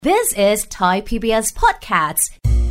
This is Thai PBS Podcast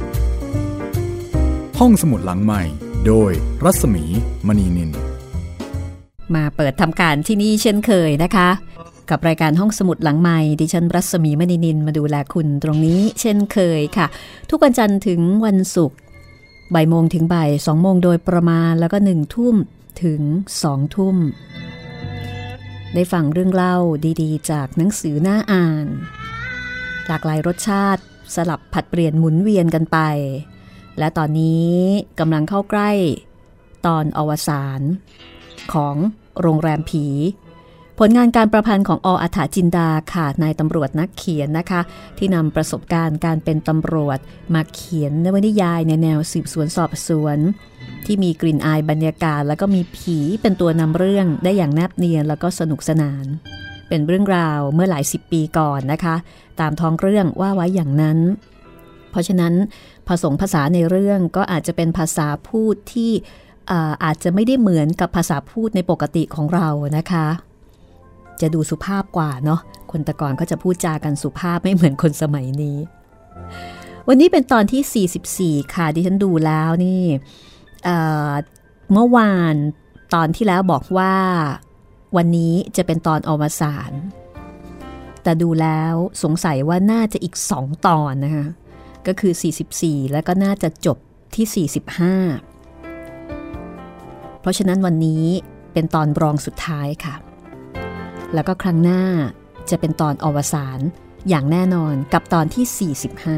ห้องสมุดหลังใหม่โดยรัศมีมณีนินมาเปิดทำการที่นี่เช่นเคยนะคะกับรายการห้องสมุดหลังใหม่ดิฉันรัศมีมณีนินมาดูแลคุณตรงนี้เช่นเคยค่ะทุกวันจันทร์ถึงวันศุกร์บ่ายโมงถึงบ่าย2โมงโดยประมาณแล้วก็1ทุ่มถึง2ทุ่มได้ฟังเรื่องเล่าดีๆจากหนังสือน่าอ่านหลากหลายรสชาติสลับผัดเปลี่ยนหมุนเวียนกันไปและตอนนี้กำลังเข้าใกล้ตอนอวสานของโรงแรมผีผลงานการประพันธ์ของอ.อัฏฐจินดาค่ะนายตำรวจนักเขียนนะคะที่นำประสบการณ์การเป็นตำรวจมาเขียนนวนิยายในแนวสืบสวนสอบสวนที่มีกลิ่นอายบรรยากาศแล้วก็มีผีเป็นตัวนำเรื่องได้อย่างแนบเนียนแล้วก็สนุกสนานเป็นเรื่องราวเมื่อหลาย10ปีก่อนนะคะตามท้องเรื่องว่าไว้อย่างนั้นเพราะฉะนั้นผสมภาษาในเรื่องก็อาจจะเป็นภาษาพูดที่อาจจะไม่ได้เหมือนกับภาษาพูดในปกติของเรานะคะจะดูสุภาพกว่าเนาะคนแต่ก่อนก็จะพูดจากันสุภาพไม่เหมือนคนสมัยนี้วันนี้เป็นตอนที่44ค่ะดิฉันดูแล้วนี่เมื่อวานตอนที่แล้วบอกว่าวันนี้จะเป็นตอนอวสานแต่ดูแล้วสงสัยว่าน่าจะอีก2ตอนนะคะก็คือ44แล้วก็น่าจะจบที่45เพราะฉะนั้นวันนี้เป็นตอนรองสุดท้ายค่ะแล้วก็ครั้งหน้าจะเป็นตอนอวสานอย่างแน่นอนกับตอนที่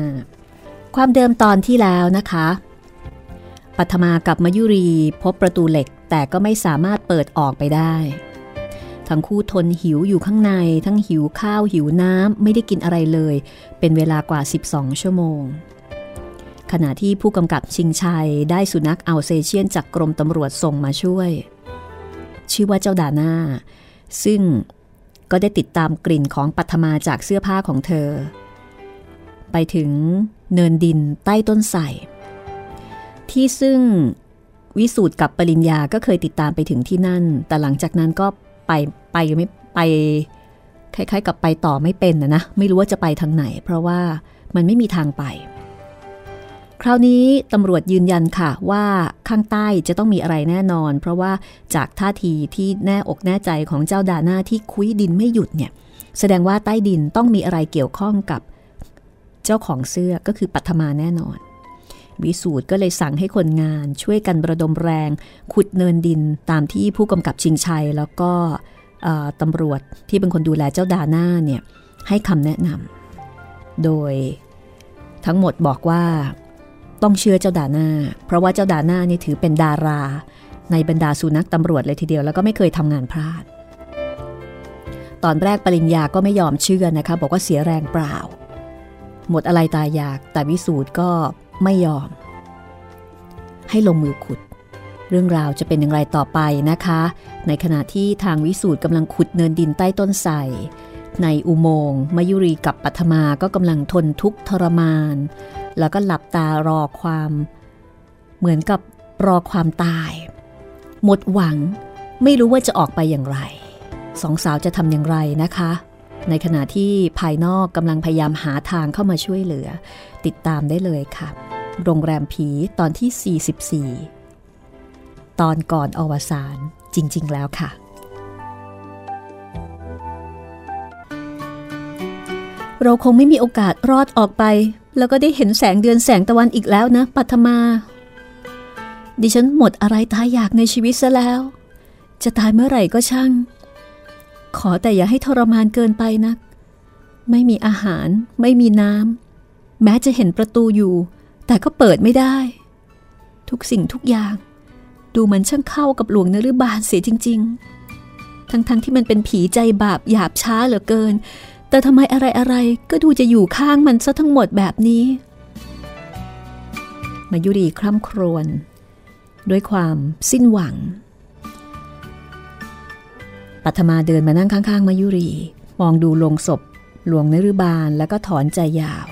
45ความเดิมตอนที่แล้วนะคะปัทมากับมยุรีพบประตูเหล็กแต่ก็ไม่สามารถเปิดออกไปได้ทั้งคู่ทนหิวอยู่ข้างในทั้งหิวข้าวหิวน้ำไม่ได้กินอะไรเลยเป็นเวลากว่า12ชั่วโมงขณะที่ผู้กำกับชิงชัยได้สุนัขอัลเซเชียนจากกรมตำรวจส่งมาช่วยชื่อว่าเจ้าดาน่าซึ่งก็ได้ติดตามกลิ่นของปัทมาจากเสื้อผ้าของเธอไปถึงเนินดินใต้ต้นไทรที่ซึ่งวิสูตรกับปริญญาก็เคยติดตามไปถึงที่นั่นแต่หลังจากนั้นก็ไปไม่ไปคล้ายๆกับไปต่อไม่เป็นนะไม่รู้ว่าจะไปทางไหนเพราะว่ามันไม่มีทางไปคราวนี้ตำรวจยืนยันค่ะว่าข้างใต้จะต้องมีอะไรแน่นอนเพราะว่าจากท่าทีที่แน่อกแน่ใจของเจ้าดาน่าที่คุ้ยดินไม่หยุดเนี่ยแสดงว่าใต้ดินต้องมีอะไรเกี่ยวข้องกับเจ้าของเสื้อก็คือปัทมาแน่นอนวิสูตรก็เลยสั่งให้คนงานช่วยกันระดมแรงขุดเนินดินตามที่ผู้กำกับชิงชัยแล้วก็ตำรวจที่เป็นคนดูแลเจ้าดาน่าเนี่ยให้คำแนะนำโดยทั้งหมดบอกว่าต้องเชื่อเจ้าดาน่าเพราะว่าเจ้าดาน่านี่ถือเป็นดาราในบรรดาสุนัขตำรวจเลยทีเดียวแล้วก็ไม่เคยทำงานพลาดตอนแรกปริญญาก็ไม่ยอมเชื่อนะคะบอกว่าเสียแรงเปล่าหมดอะไรตายอยากแต่วิสูตรก็ไม่ยอมให้ลงมือขุดเรื่องราวจะเป็นอย่างไรต่อไปนะคะในขณะที่ทางวิสูตรกำลังขุดเนินดินใต้ต้นไทรในอุโมงค์มยุรีกับปัทมาก็กำลังทนทุกข์ทรมานแล้วก็หลับตารอความเหมือนกับรอความตายหมดหวังไม่รู้ว่าจะออกไปอย่างไรสองสาวจะทำอย่างไรนะคะในขณะที่ภายนอกกำลังพยายามหาทางเข้ามาช่วยเหลือติดตามได้เลยค่ะโรงแรมผีตอนที่44ตอนก่อนอวสานจริงๆแล้วค่ะเราคงไม่มีโอกาสรอดออกไปแล้วก็ได้เห็นแสงเดือนแสงตะวันอีกแล้วนะปัทมาดิฉันหมดอะไรตายอยากในชีวิตซะแล้วจะตายเมื่อไหร่ก็ช่างขอแต่อย่าให้ทรมานเกินไปนักไม่มีอาหารไม่มีน้ำแม้จะเห็นประตูอยู่แต่ก็เปิดไม่ได้ทุกสิ่งทุกอย่างดูมันช่างเข้ากับหลวงนฤบาลเสียจริงๆทั้งที่มันเป็นผีใจบาปหยาบช้าเหลือเกินแต่ทำไมอะไรๆก็ดูจะอยู่ข้างมันซะทั้งหมดแบบนี้มายุรีคร่ำครวญด้วยความสิ้นหวังปัทมาเดินมานั่งข้างๆมายุรีมองดูโลงศพหลวงนฤบาลแล้วก็ถอนใจยาว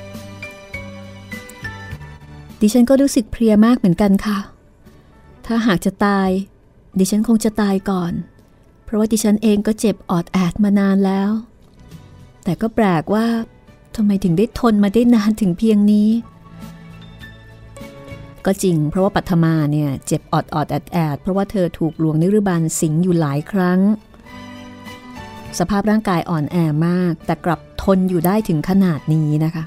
ดิฉันก็รู้สึกเพลียมากเหมือนกันค่ะถ้าหากจะตายดิฉันคงจะตายก่อนเพราะว่าดิฉันเองก็เจ็บออดแอดมานานแล้วแต่ก็แปลกว่าทำไมถึงได้ทนมาได้นานถึงเพียงนี้ก็จริงเพราะว่าปัทมาเนี่ยเจ็บออดแอดเพราะว่าเธอถูกหลวงนิรุบาลสิงอยู่หลายครั้งสภาพร่างกายอ่อนแอมากแต่กลับทนอยู่ได้ถึงขนาดนี้นะคะ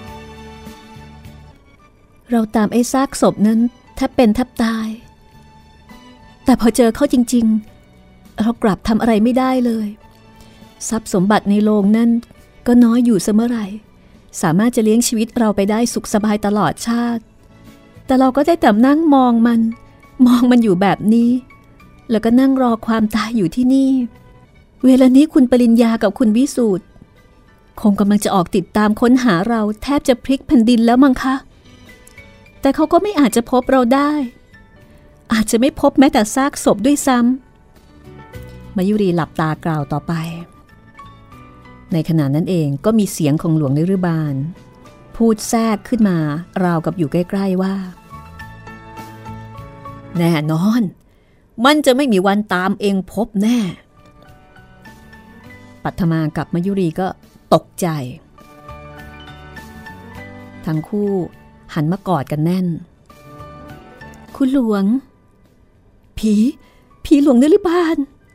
เราตามไอ้ซากศพนั้นแทบเป็นแทบตายแต่พอเจอเขาจริงๆเรากลับทำอะไรไม่ได้เลยทรัพย์สมบัติในโลงนั้นก็น้อยอยู่เสมอไรสามารถจะเลี้ยงชีวิตเราไปได้สุขสบายตลอดชาติแต่เราก็ได้แต่นั่งมองมันอยู่แบบนี้แล้วก็นั่งรอความตายอยู่ที่นี่เวลานี้คุณปริญญากับคุณวิสูตรคงกำลังจะออกติดตามค้นหาเราแทบจะพลิกแผ่นดินแล้วมั้งคะแต่เขาก็ไม่อาจจะพบเราได้อาจจะไม่พบแม้แต่ซากศพด้วยซ้ำมายุรีหลับตากล่าวต่อไปในขณะนั้นเองก็มีเสียงของหลวงนิรุบาลพูดแทรกขึ้นมาราวกับอยู่ใกล้ๆว่าแน่นอนมันจะไม่มีวันตามเองพบแน่ปัทมากับมายุรีก็ตกใจทั้งคู่หันมากอดกันแน่นคุณหลวงผีหลวงนิรุบาล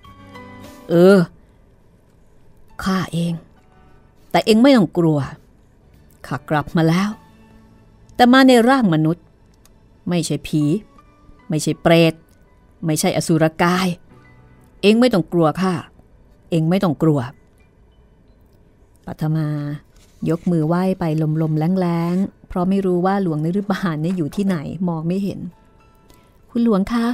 ข้าเองแต่เองไม่ต้องกลัวข้ากลับมาแล้วแต่มาในร่างมนุษย์ไม่ใช่ผีไม่ใช่เปรตไม่ใช่อสุรกายเองไม่ต้องกลัวข้าเองไม่ต้องกลัวปัทมายกมือไหว้ไปลมๆแรงๆเพราะไม่รู้ว่าหลวงนิรุบาลเนี่ยอยู่ที่ไหนมองไม่เห็นคุณหลวงคะ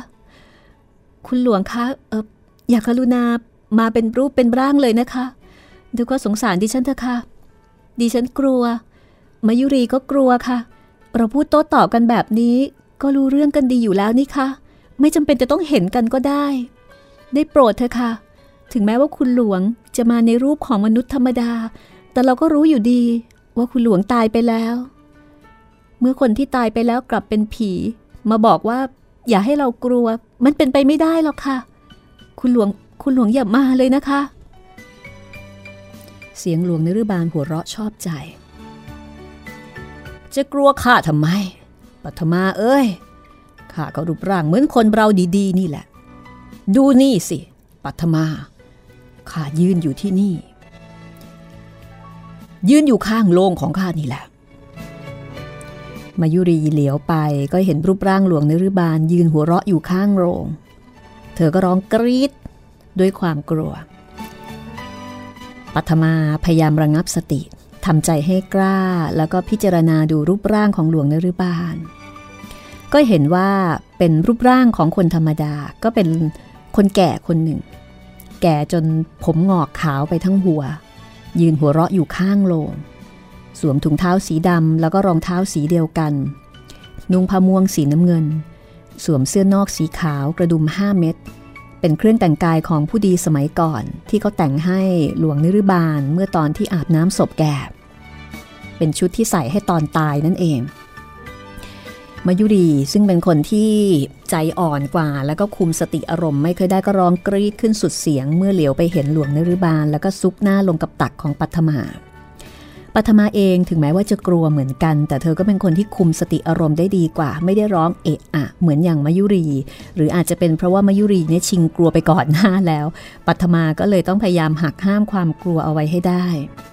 อย่ากรุณามาเป็นรูปเป็นร่างเลยนะคะดูก็สงสารดิฉันเถอะค่ะดิฉันกลัวมายุรีก็กลัวค่ะเราพูดโต้ตอบกันแบบนี้ก็รู้เรื่องกันดีอยู่แล้วนี่คะไม่จำเป็นจะต้องเห็นกันก็ได้โปรดเถอะค่ะถึงแม้ว่าคุณหลวงจะมาในรูปของมนุษย์ธรรมดาแต่เราก็รู้อยู่ดีว่าคุณหลวงตายไปแล้วเมื่อคนที่ตายไปแล้วกลับเป็นผีมาบอกว่าอย่าให้เรากลัวมันเป็นไปไม่ได้หรอกค่ะคุณหลวงอย่ามาเลยนะคะเสียงหลวงนิรุบาลหัวเราะชอบใจจะกลัวข้าทำไมปัทมาเอ้ยข้าก็รูปร่างเหมือนคนเราดีๆนี่แหละดูนี่สิปัทมาข้ายืนอยู่ที่นี่ยืนอยู่ข้างโลงของข้านี่แหละมายุรีเหลียวไปก็เห็นรูปร่างหลวงนิรุบาลยืนหัวเราะอยู่ข้างโรงเธอก็ร้องกรี๊ดด้วยความกลัวปัทมาพยายามระงับสติทำใจให้กล้าแล้วก็พิจารณาดูรูปร่างของหลวงนิรุบาลก็เห็นว่าเป็นรูปร่างของคนธรรมดาก็เป็นคนแก่คนหนึ่งแก่จนผมงอกขาวไปทั้งหัวยืนหัวเราะอยู่ข้างโลงสวมถุงเท้าสีดำแล้วก็รองเท้าสีเดียวกันนุ่งผ้าม่วงสีน้ำเงินสวมเสื้อนอกสีขาวกระดุม5 เม็ดเป็นเครื่องแต่งกายของผู้ดีสมัยก่อนที่เขาแต่งให้หลวงนิรุบาลเมื่อตอนที่อาบน้ำศพแก่เป็นชุดที่ใส่ให้ตอนตายนั่นเองมายุรีซึ่งเป็นคนที่ใจอ่อนกว่าแล้วก็คุมสติอารมณ์ไม่เคยได้ก็ร้องกรี๊ดขึ้นสุดเสียงเมื่อเหลียวไปเห็นหลวงนิรุบาลแล้วก็ซุกหน้าลงกับตักของปัทมาเองถึงแม้ว่าจะกลัวเหมือนกันแต่เธอก็เป็นคนที่คุมสติอารมณ์ได้ดีกว่าไม่ได้ร้องเอะอะเหมือนอย่างมายุรีหรืออาจจะเป็นเพราะว่ามายุรีเนี่ยชิงกลัวไปก่อนหน้าแล้วปัทมาก็เลยต้องพยายามหักห้ามความกลัวเอาไว้ให้ได้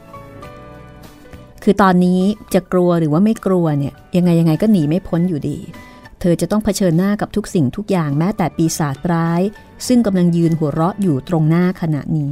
คือตอนนี้จะกลัวหรือว่าไม่กลัวเนี่ยยังไงก็หนีไม่พ้นอยู่ดีเธอจะต้องเผชิญหน้ากับทุกสิ่งทุกอย่างแม้แต่ปีศาจร้ายซึ่งกำลังยืนหัวเราะอยู่ตรงหน้าขณะนี้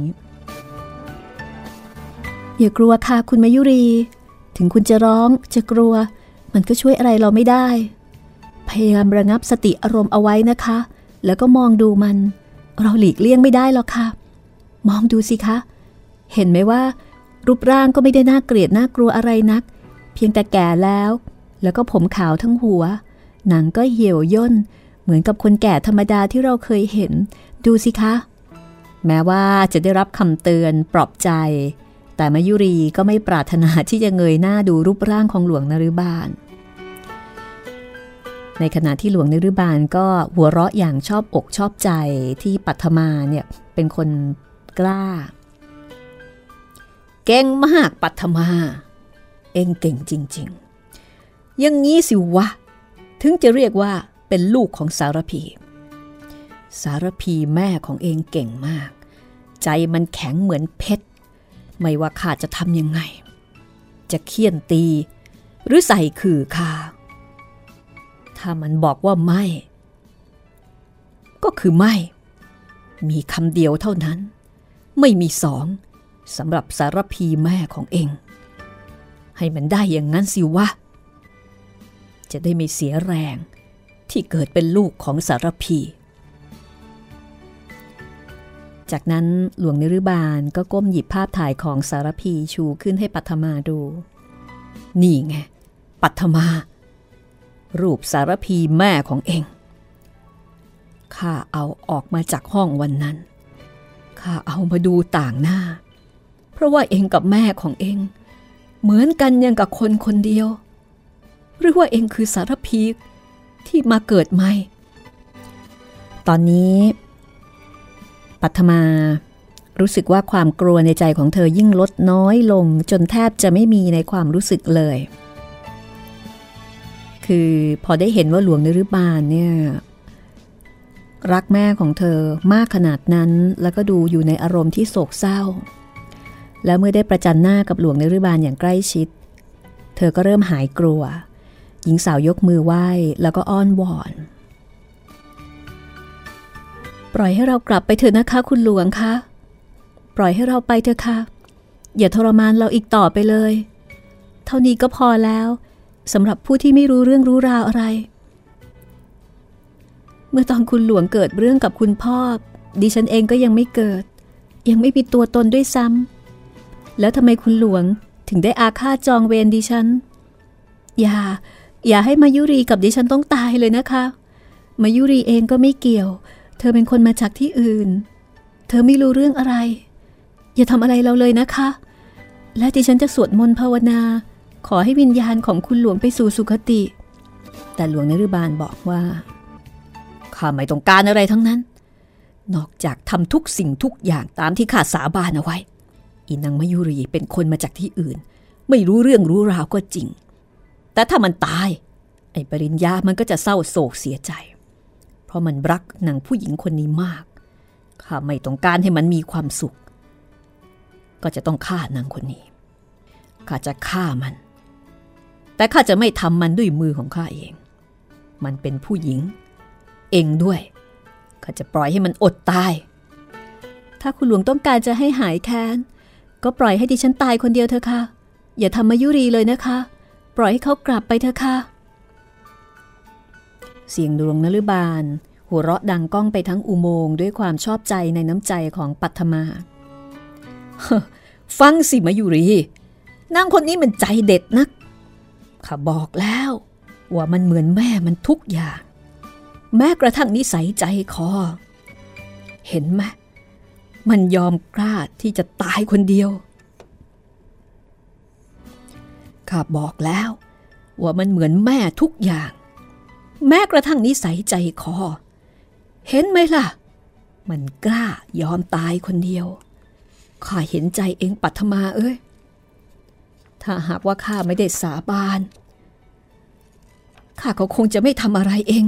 อย่ากลัวค่ะคุณมายุรีถึงคุณจะร้องจะกลัวมันก็ช่วยอะไรเราไม่ได้พยายามระงับสติอารมณ์เอาไว้นะคะแล้วก็มองดูมันเราหลีกเลี่ยงไม่ได้หรอกค่ะมองดูสิคะเห็นไหมว่ารูปร่างก็ไม่ได้น่าเกลียดน่ากลัวอะไรนักเพียงแต่แก่แล้วก็ผมขาวทั้งหัวหนังก็เหี่ยวย่นเหมือนกับคนแก่ธรรมดาที่เราเคยเห็นดูสิคะแม้ว่าจะได้รับคำเตือนปลอบใจแต่มายุรีก็ไม่ปรารถนาที่จะเงยหน้าดูรูปร่างของหลวงนิรุบาลในขณะที่หลวงนิรุบาลก็หัวเราะอย่างชอบอกชอบใจที่ปัทมาเนี่ยเป็นคนกล้าเก่งมากปัทมาเองเก่งจริงๆอย่างงี้สิวะถึงจะเรียกว่าเป็นลูกของสารพีแม่ของเองเก่งมากใจมันแข็งเหมือนเพชรไม่ว่าข้าจะทำยังไงจะเคี่ยนตีหรือใส่ขื่อข้าถ้ามันบอกว่าไม่ก็คือไม่มีคำเดียวเท่านั้นไม่มีสองสำหรับสารพีแม่ของเองให้มันได้อย่างนั้นสิวะจะได้ไม่เสียแรงที่เกิดเป็นลูกของสารพีจากนั้นหลวงนฤบาลก็ก้มหยิบภาพถ่ายของสารพีชูขึ้นให้ปัทมาดูนี่ไงปัทมารูปสารพีแม่ของเองข้าเอาออกมาจากห้องวันนั้นข้าเอามาดูต่างหน้าเพราะว่าเองกับแม่ของเองเหมือนกันยังกับคนคนเดียวหรือว่าเองคือสารพีที่มาเกิดใหม่ตอนนี้ปัทมารู้สึกว่าความกลัวในใจของเธอยิ่งลดน้อยลงจนแทบจะไม่มีในความรู้สึกเลยคือพอได้เห็นว่าหลวงนฤบาลเนี่ยรักแม่ของเธอมากขนาดนั้นแล้วก็ดูอยู่ในอารมณ์ที่โศกเศร้าแล้วเมื่อได้ประจันหน้ากับหลวงนฤบาลอย่างใกล้ชิดเธอก็เริ่มหายกลัวหญิงสาวยกมือไหว้แล้วก็อ้อนวอนปล่อยให้เรากลับไปเถอะนะคะคุณหลวงคะปล่อยให้เราไปเถอะค่ะอย่าทรมานเราอีกต่อไปเลยเท่านี้ก็พอแล้วสำหรับผู้ที่ไม่รู้เรื่องรู้ราวอะไรเมื่อตอนคุณหลวงเกิดเรื่องกับคุณพ่อดิฉันเองก็ยังไม่เกิดยังไม่มีตัวตนด้วยซ้ำแล้วทำไมคุณหลวงถึงได้อาฆาตจองเวรดิฉันอย่าให้มายุรีกับดิฉันต้องตายเลยนะคะมายุรีเองก็ไม่เกี่ยวเธอเป็นคนมาจากที่อื่นเธอไม่รู้เรื่องอะไรอย่าทำอะไรเราเลยนะคะและดิฉันจะสวดมนต์ภาวนาขอให้วิญญาณของคุณหลวงไปสู่สุคติแต่หลวงนฤบาลบอกว่าข้าไม่ต้องการอะไรทั้งนั้นนอกจากทำทุกสิ่งทุกอย่างตามที่ข้าสาบานเอาไว้อีนางมยุรีเป็นคนมาจากที่อื่นไม่รู้เรื่องรู้ราวก็จริงแต่ถ้ามันตายไอ้ปริญญามันก็จะเศร้าโศกเสียใจเพราะมันรักนางผู้หญิงคนนี้มากข้าไม่ต้องการให้มันมีความสุขก็จะต้องฆ่านางคนนี้ข้าจะฆ่ามันแต่ข้าจะไม่ทำมันด้วยมือของข้าเองมันเป็นผู้หญิงเองด้วยข้าจะปล่อยให้มันอดตายถ้าคุณหลวงต้องการจะให้หายแค้นก็ปล่อยให้ดิฉันตายคนเดียวเถอะค่ะอย่าทำมายุรีเลยนะคะปล่อยให้เขากลับไปเถอะค่ะเสียงหลวงนฤบาลหัวเราะดังก้องไปทั้งอุโมงค์ด้วยความชอบใจในน้ำใจของปัทมาฟังสิมายุรีนางคนนี้มันใจเด็ดนักข้าบอกแล้วว่ามันเหมือนแม่มันทุกอย่างแม้กระทั่งนิสัยใจคอเห็นไหมมันยอมกล้าที่จะตายคนเดียวข้าบอกแล้วว่ามันเหมือนแม่ทุกอย่างแม้กระทั่งนิสัยใจคอเห็นไหมล่ะมันกล้ายอมตายคนเดียวข้าเห็นใจเองปัทมาเอ้ยถ้าหากว่าข้าไม่ได้สาบานข้าก็คงจะไม่ทำอะไรเอง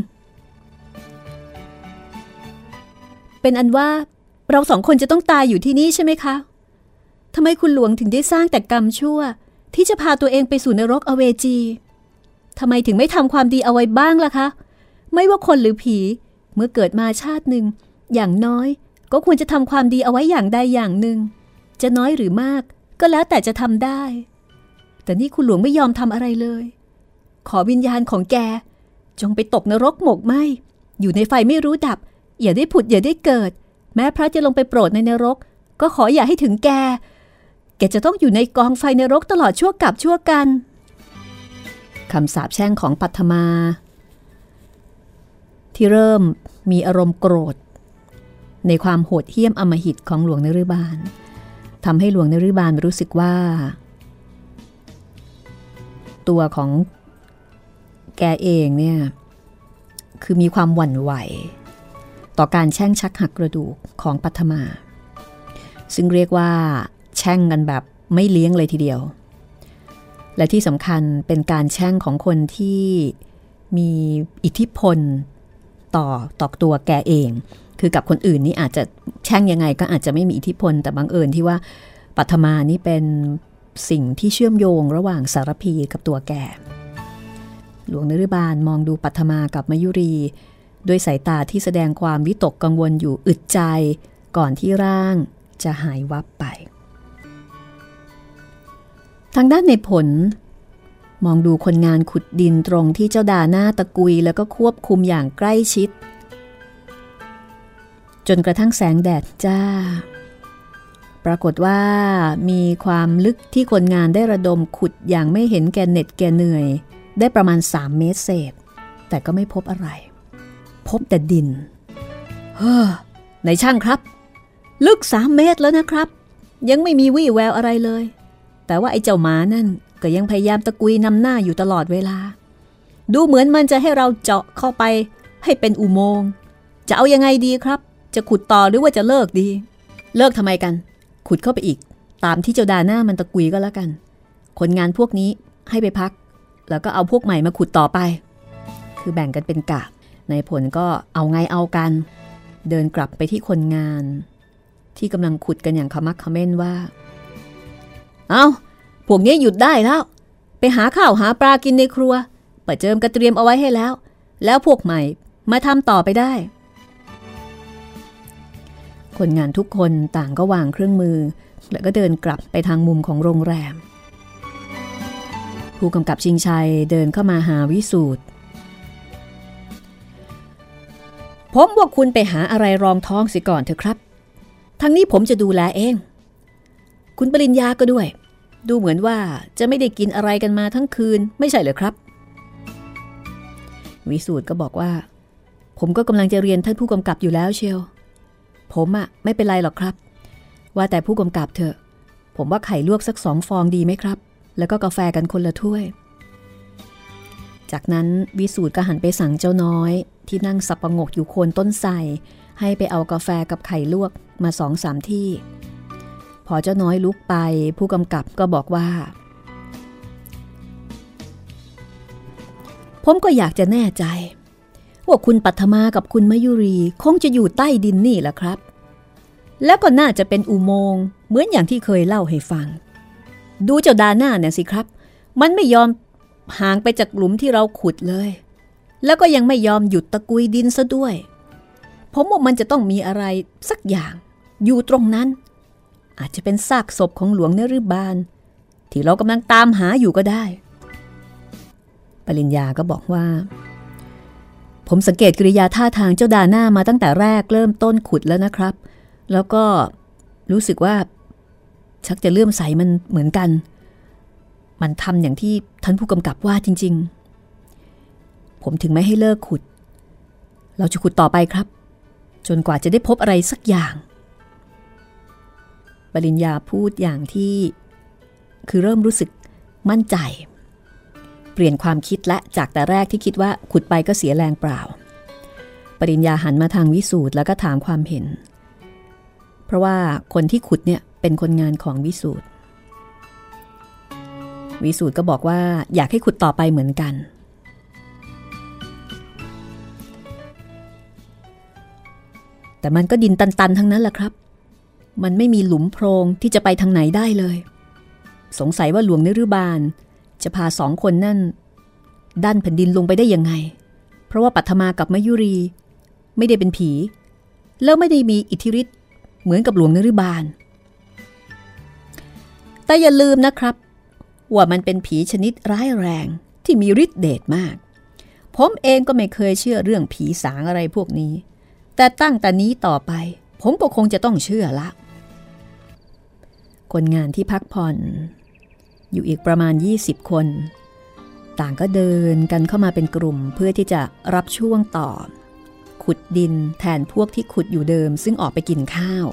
เป็นอันว่าเราสองคนจะต้องตายอยู่ที่นี่ใช่ไหมคะทำไมคุณหลวงถึงได้สร้างแต่กรรมชั่วที่จะพาตัวเองไปสู่นรกอเวจีทำไมถึงไม่ทำความดีเอาไว้บ้างล่ะคะไม่ว่าคนหรือผีเมื่อเกิดมาชาติหนึ่งอย่างน้อยก็ควรจะทำความดีเอาไว้อย่างใดอย่างหนึ่งจะน้อยหรือมากก็แล้วแต่จะทำได้แต่นี่คุณหลวงไม่ยอมทำอะไรเลยขอวิญญาณของแกจงไปตกนรกหมกไหมอยู่ในไฟไม่รู้ดับอย่าได้ผุดอย่าได้เกิดแม้พระจะลงไปโปรดในนรกก็ขออย่าให้ถึงแกจะต้องอยู่ในกองไฟนรกตลอดชั่วกับชั่วกันคำสาปแช่งของปัทมาที่เริ่มมีอารมณ์โกรธในความโหดเหี้ยมอำมหิตของหลวงนฤบาลทำให้หลวงนฤบาลรู้สึกว่าตัวของแกเองเนี่ยคือมีความหวั่นไหวต่อการแช่งชักหักกระดูกของปัทมาซึ่งเรียกว่าแช่งกันแบบไม่เลี้ยงเลยทีเดียวและที่สำคัญเป็นการแช่งของคนที่มีอิทธิพลต่อตัวแกเองคือกับคนอื่นนี่อาจจะแช่งยังไงก็อาจจะไม่มีอิทธิพลแต่บังเอิญที่ว่าปัทมานี่เป็นสิ่งที่เชื่อมโยงระหว่างสารพีกับตัวแกหลวงนฤบาลมองดูปัทมากับมยุรีด้วยสายตาที่แสดงความวิตกกังวลอยู่อึดใจก่อนที่ร่างจะหายวับไปทางด้านในผลมองดูคนงานขุดดินตรงที่เจ้าดาหน้าตะกุยแล้วก็ควบคุมอย่างใกล้ชิดจนกระทั่งแสงแดดจ้าปรากฏว่ามีความลึกที่คนงานได้ระดมขุดอย่างไม่เห็นแก่เหน็ดแก่เหนื่อยได้ประมาณ3 เมตรเศษแต่ก็ไม่พบอะไรพบแต่ดินนายช่างครับลึก3 เมตรแล้วนะครับยังไม่มีวี่แววอะไรเลยแต่ว่าไอ้เจ้าหมานั่นก็ยังพยายามตะกุยนำหน้าอยู่ตลอดเวลาดูเหมือนมันจะให้เราเจาะเข้าไปให้เป็นอุโมงค์จะเอายังไงดีครับจะขุดต่อหรือว่าจะเลิกดีเลิกทำไมกันขุดเข้าไปอีกตามที่เจ้าดาหน้ามันตะกุยก็แล้วกันคนงานพวกนี้ให้ไปพักแล้วก็เอาพวกใหม่มาขุดต่อไปคือแบ่งกันเป็นกะในผลก็เอาไงเอากันเดินกลับไปที่คนงานที่กำลังขุดกันอย่างขมักเขม้นว่าเอาพวกนี้หยุดได้แล้วไปหาข้าวหาปลากินในครัวป้าเจิมก็เตรียมเอาไว้ให้แล้วพวกใหม่มาทำต่อไปได้คนงานทุกคนต่างก็วางเครื่องมือแล้วก็เดินกลับไปทางมุมของโรงแรมผู้กำกับชิงชัยเดินเข้ามาหาวิสูตรผมว่าคุณไปหาอะไรรองท้องสิก่อนเถอะครับทางนี้ผมจะดูแลเองคุณปริญญาก็ด้วยดูเหมือนว่าจะไม่ได้กินอะไรกันมาทั้งคืนไม่ใช่เหรอครับวิสูตรก็บอกว่าผมก็กำลังจะเรียนท่านผู้กำกับอยู่แล้วเชียวผมไม่เป็นไรหรอกครับว่าแต่ผู้กำกับเถอะผมว่าไข่ลวกสัก2 ฟองดีไหมครับแล้วก็กาแฟกันคนละถ้วยจากนั้นวิสูตรก็หันไปสั่งเจ้าน้อยที่นั่งสับประงกอยู่โคนต้นไทรให้ไปเอากาแฟกับไข่ลวกมา 2-3 ที่พอเจ้าน้อยลุกไปผู้กำกับก็บอกว่าผมก็อยากจะแน่ใจว่าคุณปัทมากับคุณมยุรีคงจะอยู่ใต้ดินนี่แหละครับแล้วก็น่าจะเป็นอุโมงค์เหมือนอย่างที่เคยเล่าให้ฟังดูเจ้าดาหน้าเนี่ยสิครับมันไม่ยอมห่างไปจากหลุมที่เราขุดเลยแล้วก็ยังไม่ยอมหยุดตะกุยดินซะด้วยผมว่ามันจะต้องมีอะไรสักอย่างอยู่ตรงนั้นอาจจะเป็นซากศพของหลวงนฤบาลที่เรากำลังตามหาอยู่ก็ได้ปริญญาก็บอกว่าผมสังเกตกริยาท่าทางเจ้าดาหน้ามาตั้งแต่แรกเริ่มต้นขุดแล้วนะครับแล้วก็รู้สึกว่าชักจะเลื่อมใสมันเหมือนกันมันทำอย่างที่ท่านผู้กำกับว่าจริงๆผมถึงไม่ให้เลิกขุดเราจะขุดต่อไปครับจนกว่าจะได้พบอะไรสักอย่างปริญญาพูดอย่างที่คือเริ่มรู้สึกมั่นใจเปลี่ยนความคิดและจากแต่แรกที่คิดว่าขุดไปก็เสียแรงเปล่าปริญญาหันมาทางวิสูตรแล้วก็ถามความเห็นเพราะว่าคนที่ขุดเนี่ยเป็นคนงานของวิสูตรก็บอกว่าอยากให้ขุดต่อไปเหมือนกันแต่มันก็ดินตันๆทั้งนั้นแหละครับมันไม่มีหลุมโพรงที่จะไปทางไหนได้เลยสงสัยว่าหลวงนฤบาลจะพา2 คนนั่นดันแผ่นดินลงไปได้ยังไงเพราะว่าปัทมากับมยุรีไม่ได้เป็นผีแล้วไม่ได้มีอิทธิฤทธิ์เหมือนกับหลวงนฤบาลแต่อย่าลืมนะครับว่ามันเป็นผีชนิดร้ายแรงที่มีฤทธิ์เดชมากผมเองก็ไม่เคยเชื่อเรื่องผีสางอะไรพวกนี้แต่ตั้งแต่นี้ต่อไปผมก็คงจะต้องเชื่อละคนงานที่พักผ่อนอยู่อีกประมาณ20 คนต่างก็เดินกันเข้ามาเป็นกลุ่มเพื่อที่จะรับช่วงต่อขุดดินแทนพวกที่ขุดอยู่เดิมซึ่งออกไปกินข้าว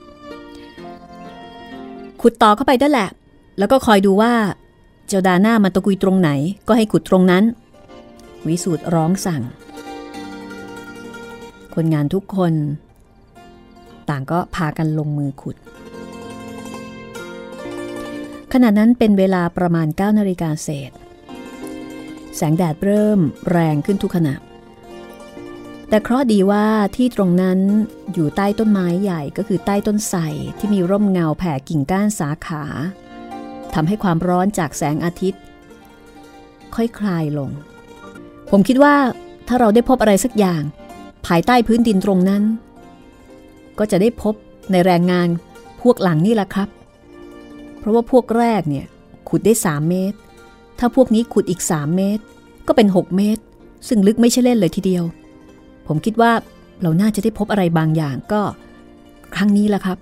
ขุดต่อเข้าไปได้แหละแล้วก็คอยดูว่าเจ้าดาหน้ามันตะกุยตรงไหนก็ให้ขุดตรงนั้นวิสูตรร้องสั่งคนงานทุกคนต่างก็พากันลงมือขุดขณะนั้นเป็นเวลาประมาณ 9 นาฬิกาเศษแสงแดดเริ่มแรงขึ้นทุกขณะแต่เคราะห์ดีว่าที่ตรงนั้นอยู่ใต้ต้นไม้ใหญ่ก็คือใต้ต้นไทรที่มีร่มเงาแผ่กิ่งก้านสาขาทำให้ความร้อนจากแสงอาทิตย์ค่อยคลายลงผมคิดว่าถ้าเราได้พบอะไรสักอย่างภายใต้พื้นดินตรงนั้นก็จะได้พบในแรงงานพวกหลังนี่แหละครับเพราะว่าพวกแรกเนี่ยขุดได้3เมตรถ้าพวกนี้ขุดอีก3เมตรก็เป็น6เมตรซึ่งลึกไม่ใช่เล่นเลยทีเดียวผมคิดว่าเราน่าจะได้พบอะไรบางอย่างก็ครั้งนี้แหละครับ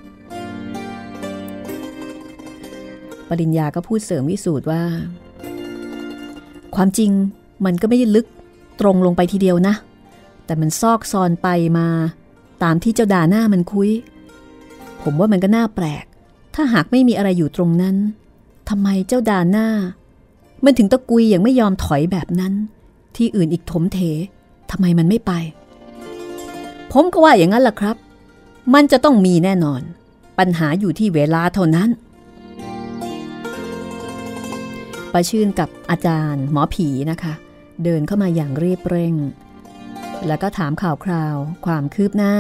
ปริญญาก็พูดเสริมวิสูตรว่าความจริงมันก็ไม่ได้ลึกตรงลงไปทีเดียวนะแต่มันซอกซอนไปมาตามที่เจ้าดาหน้ามันคุยผมว่ามันก็น่าแปลกถ้าหากไม่มีอะไรอยู่ตรงนั้นทำไมเจ้าดาหน้ามันถึงตะกุยอย่างไม่ยอมถอยแบบนั้นที่อื่นอีกถมเถทำไมมันไม่ไปผมก็ว่าอย่างนั้นล่ะครับมันจะต้องมีแน่นอนปัญหาอยู่ที่เวลาเท่านั้นป้าชื่นกับอาจารย์หมอผีนะคะเดินเข้ามาอย่างรีบเร่งแล้วก็ถามข่าวคราวความคืบหน้า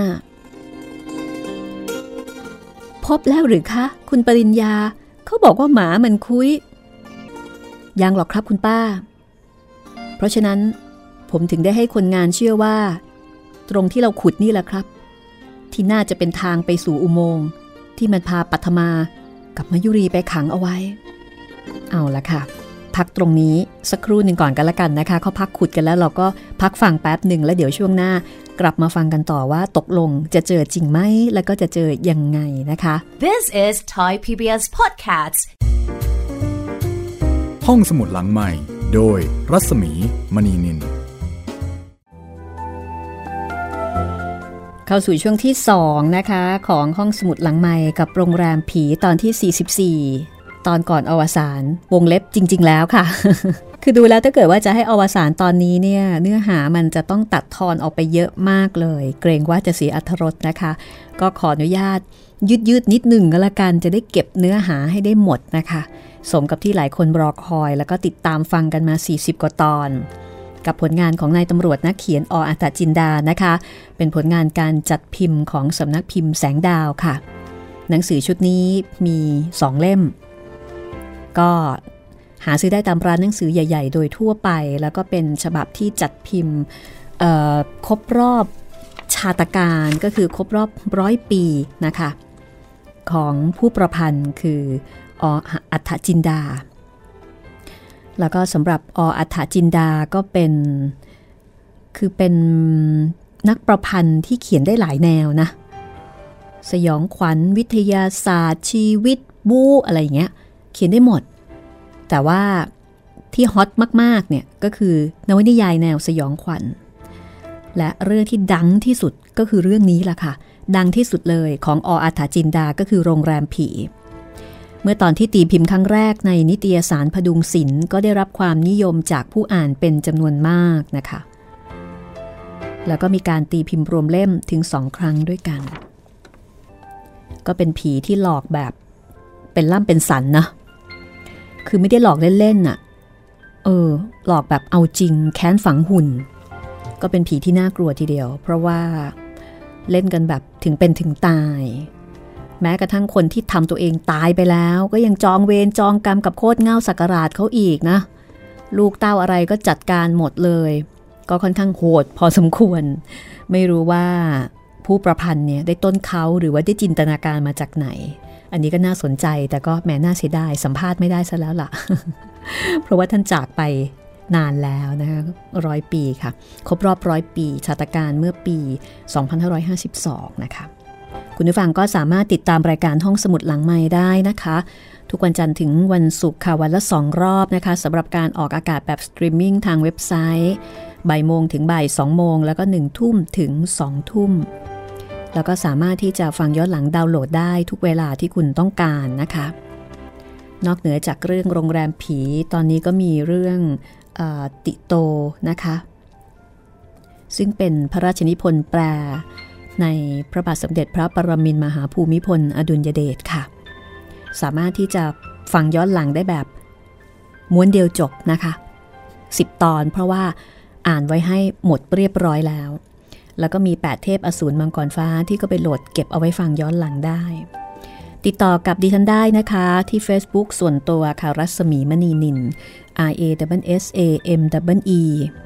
พบแล้วหรือคะคุณปริญญาเขาบอกว่าหมามันคุยยังหรอกครับคุณป้าเพราะฉะนั้นผมถึงได้ให้คนงานเชื่อว่าตรงที่เราขุดนี่แหละครับที่น่าจะเป็นทางไปสู่อุโมงค์ที่มันพาปัทมากับมยุรีไปขังเอาไว้เอาละค่ะพักตรงนี้สักครู่หนึ่งก่อนกันละกันนะคะเขาพักขุดกันแล้วเราก็พักฟังแป๊บหนึ่งแล้วเดี๋ยวช่วงหน้ากลับมาฟังกันต่อว่าตกลงจะเจอจริงไหมแล้วก็จะเจอยังไงนะคะ This is Thai PBS Podcast ห้องสมุดหลังใหม่โดยรัศมีมณีนินเข้าสู่ช่วงที่2นะคะของห้องสมุดหลังใหม่กับโรงแรมผีตอนที่44ตอนก่อนอวสานวงเล็บจริงๆแล้วค่ะ คือดูแล้วถ้าเกิดว่าจะให้อวสานตอนนี้เนี่ยเนื้อหามันจะต้องตัดทอนออกไปเยอะมากเลยเกรงว่าจะเสียอรรถรสนะคะก็ขออนุญาตยืดนิดหนึ่งก็แล้วกันจะได้เก็บเนื้อหาให้ได้หมดนะคะสมกับที่หลายคนรอคอยแล้วก็ติดตามฟังกันมา40กว่าตอนกับผลงานของนายตำรวจนักเขียนอัฏฐจินดานะคะเป็นผลงานการจัดพิมพ์ของสำนักพิมพ์แสงดาวค่ะหนังสือชุดนี้มี2เล่มก็หาซื้อได้ตามร้านหนังสือใหญ่ๆโดยทั่วไปแล้วก็เป็นฉบับที่จัดพิมพ์ครบรอบชาตการก็คือครบรอบ100 ปีนะคะของผู้ประพันธ์คืออัฏฐจินดาแล้วก็สำหรับอัฏฐจินดาก็เป็นนักประพันธ์ที่เขียนได้หลายแนวนะสยองขวัญวิทยาศาสตร์ชีวิตบู๊อะไรอย่างเงี้ยเขียนได้หมดแต่ว่าที่ฮอตมากๆเนี่ยก็คือนวนิยายแนวสยองขวัญและเรื่องที่ดังที่สุดก็คือเรื่องนี้ล่ะค่ะดังที่สุดเลยของอัฏฐจินดาก็คือโรงแรมผีเมื่อตอนที่ตีพิมพ์ครั้งแรกในนิตยสารพดุงศิลป์ก็ได้รับความนิยมจากผู้อ่านเป็นจำนวนมากนะคะแล้วก็มีการตีพิมพ์รวมเล่มถึง2 ครั้งด้วยกันก็เป็นผีที่หลอกแบบเป็นล่ำเป็นสันนะคือไม่ได้หลอกเล่นๆน่ะหลอกแบบเอาจริงแค้นฝังหุ่นก็เป็นผีที่น่ากลัวทีเดียวเพราะว่าเล่นกันแบบถึงเป็นถึงตายแม้กระทั่งคนที่ทำตัวเองตายไปแล้วก็ยังจองเวรจองกรรมกับโคตรเง่าศักราชเขาอีกนะลูกเต้าอะไรก็จัดการหมดเลยก็ค่อนข้างโหดพอสมควรไม่รู้ว่าผู้ประพันธ์เนี่ยได้ต้นเขาหรือว่าได้จินตนาการมาจากไหนอันนี้ก็น่าสนใจแต่ก็แหมน่าเสียดายสัมภาษณ์ไม่ได้ซะแล้วล่ะ เพราะว่าท่านจากไปนานแล้วนะคะ100 ปีค่ะครบรอบ100 ปีชาตการเมื่อปี2552นะคะคุณผู้ฟังก็สามารถติดตามรายการห้องสมุดหลังไมค์ได้นะคะทุกวันจันทร์ถึงวันศุกร์ค่ะวันละ2 รอบนะคะสำหรับการออกอากาศแบบสตรีมมิ่งทางเว็บไซต์บ่ายโมงถึงบ่าย2 โมงแล้วก็1 ทุ่มถึง2 ทุ่มแล้วก็สามารถที่จะฟังย้อนหลังดาวน์โหลดได้ทุกเวลาที่คุณต้องการนะคะนอกเหนือจากเรื่องโรงแรมผีตอนนี้ก็มีเรื่องติโตนะคะซึ่งเป็นพระราชนิพนธ์แปลในพระบาทสมเด็จพระปรมินทรมหาภูมิพลอดุลยเดชค่ะสามารถที่จะฟังย้อนหลังได้แบบม้วนเดียวจบนะคะ10 ตอนเพราะว่าอ่านไว้ให้หมดเรียบร้อยแล้วแล้วก็มี8เทพอสูรมังกรฟ้าที่ก็ไปโหลดเก็บเอาไว้ฟังย้อนหลังได้ติดต่อกับดิฉันได้นะคะที่ Facebook ส่วนตัวค่ะรัศมีมณีนิน RASSAMEE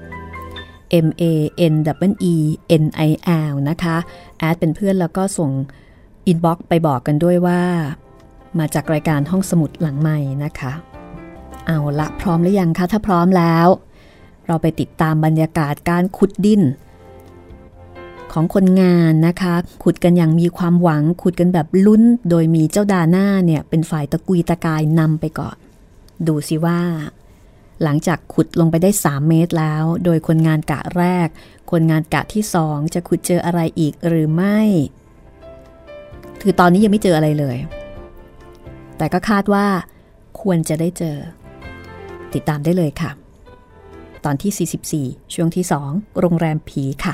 MANEENIL นะคะแอดเป็นเพื่อนแล้วก็ส่งอินบ็อกซ์ไปบอกกันด้วยว่ามาจากรายการห้องสมุดหลังใหม่นะคะเอาละพร้อมหรือยังคะถ้าพร้อมแล้วเราไปติดตามบรรยากาศการขุดดินของคนงานนะคะขุดกันอย่างมีความหวังขุดกันแบบลุ้นโดยมีเจ้าดาน่าเนี่ยเป็นฝ่ายตะกุยตะกายนำไปก่อนดูสิว่าหลังจากขุดลงไปได้3 เมตรแล้วโดยคนงานกะแรกคนงานกะที่2จะขุดเจออะไรอีกหรือไม่คือตอนนี้ยังไม่เจออะไรเลยแต่ก็คาดว่าควรจะได้เจอติดตามได้เลยค่ะตอนที่44ช่วงที่2โรงแรมผีค่ะ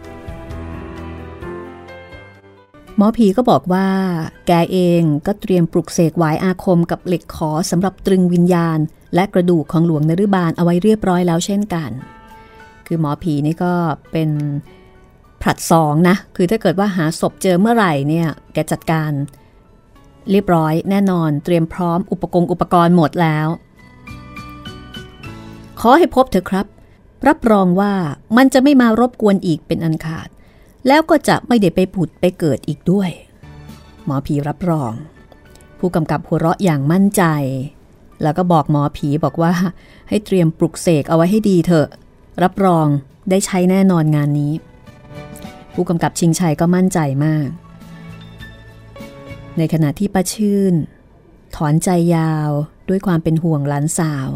หมอผีก็บอกว่าแกเองก็เตรียมปลุกเสกหวายอาคมกับเหล็กขอสำหรับตรึงวิญญาณและกระดูกของหลวงนฤบาลเอาไว้เรียบร้อยแล้วเช่นกันคือหมอผีนี่ก็เป็นผลัด2นะคือถ้าเกิดว่าหาศพเจอเมื่อไหร่เนี่ยแกจัดการเรียบร้อยแน่นอนเตรียมพร้อมอุปกรณ์หมดแล้วขอให้พบเถอะครับรับรองว่ามันจะไม่มารบกวนอีกเป็นอันขาดแล้วก็จะไม่ได้ไปผุดไปเกิดอีกด้วยหมอผีรับรองผู้กำกับหัวเราะอย่างมั่นใจแล้วก็บอกหมอผีบอกว่าให้เตรียมปลุกเสกเอาไว้ให้ดีเถอะรับรองได้ใช้แน่นอนงานนี้ผู้กำกับชิงชัยก็มั่นใจมากในขณะที่ป้าชื่นถอนใจยาวด้วยความเป็นห่วงหลานสาว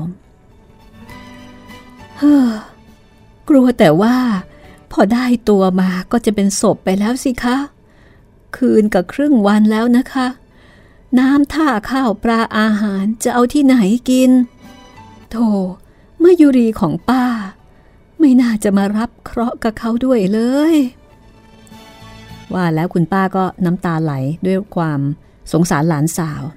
กลัวแต่ว่าพอได้ตัวมาก็จะเป็นศพไปแล้วสิคะคืนกับครึ่งวันแล้วนะคะน้ำท่าข้าวปลาอาหารจะเอาที่ไหนกินโธ่มะยุรีของป้าไม่น่าจะมารับเคราะห์กับเขาด้วยเลยว่าแล้วคุณป้าก็น้ำตาไหลด้วยความสงสารหลานสาว